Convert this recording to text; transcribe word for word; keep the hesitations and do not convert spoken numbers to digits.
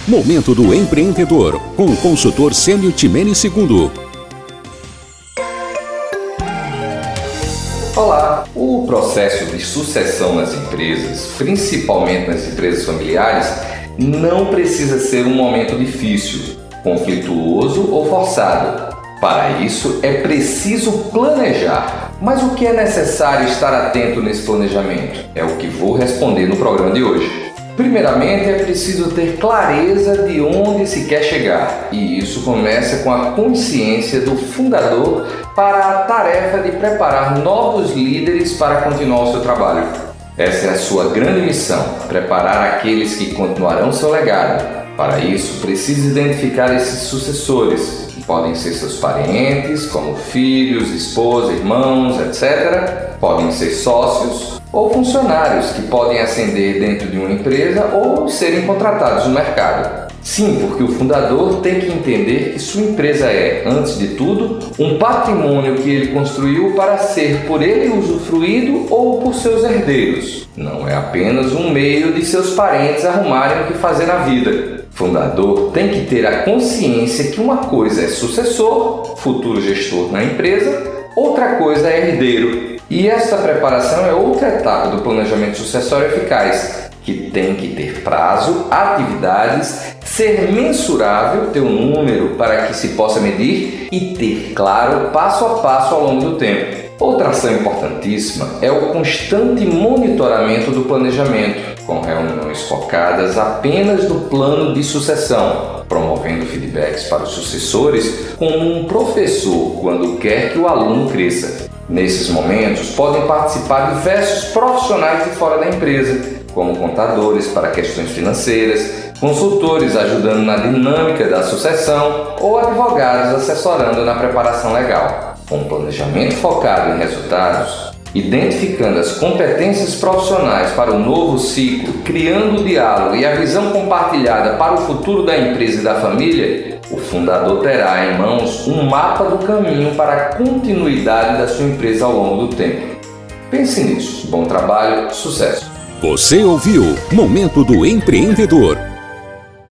Momento do Empreendedor, com o consultor Cênio Timene segundo. Olá! O processo de sucessão nas empresas, principalmente nas empresas familiares, não precisa ser um momento difícil, conflituoso ou forçado. Para isso, é preciso planejar. Mas o que é necessário estar atento nesse planejamento? É o que vou responder no programa de hoje. Primeiramente, é preciso ter clareza de onde se quer chegar, e isso começa com a consciência do fundador para a tarefa de preparar novos líderes para continuar o seu trabalho. Essa é a sua grande missão, preparar aqueles que continuarão seu legado. Para isso, precisa identificar esses sucessores, que podem ser seus parentes, como filhos, esposa, irmãos, etcétera. Podem ser sócios ou funcionários que podem ascender dentro de uma empresa ou serem contratados no mercado. Sim, porque o fundador tem que entender que sua empresa é, antes de tudo, um patrimônio que ele construiu para ser por ele usufruído ou por seus herdeiros. Não é apenas um meio de seus parentes arrumarem o que fazer na vida. O fundador tem que ter a consciência que uma coisa é sucessor, futuro gestor na empresa, outra coisa é herdeiro. E esta preparação é outra etapa do planejamento sucessório eficaz, que tem que ter prazo, atividades, ser mensurável, ter um número para que se possa medir e ter claro passo a passo ao longo do tempo. Outra ação importantíssima é o constante monitoramento do planejamento, com reuniões focadas apenas no plano de sucessão, promovendo feedbacks para os sucessores como um professor quando quer que o aluno cresça. Nesses momentos, podem participar diversos profissionais de fora da empresa, como contadores para questões financeiras, consultores ajudando na dinâmica da sucessão ou advogados assessorando na preparação legal. Com um planejamento focado em resultados, identificando as competências profissionais para o novo ciclo, criando o diálogo e a visão compartilhada para o futuro da empresa e da família, o fundador terá em mãos um mapa do caminho para a continuidade da sua empresa ao longo do tempo. Pense nisso. Bom trabalho, sucesso! Você ouviu Momento do Empreendedor.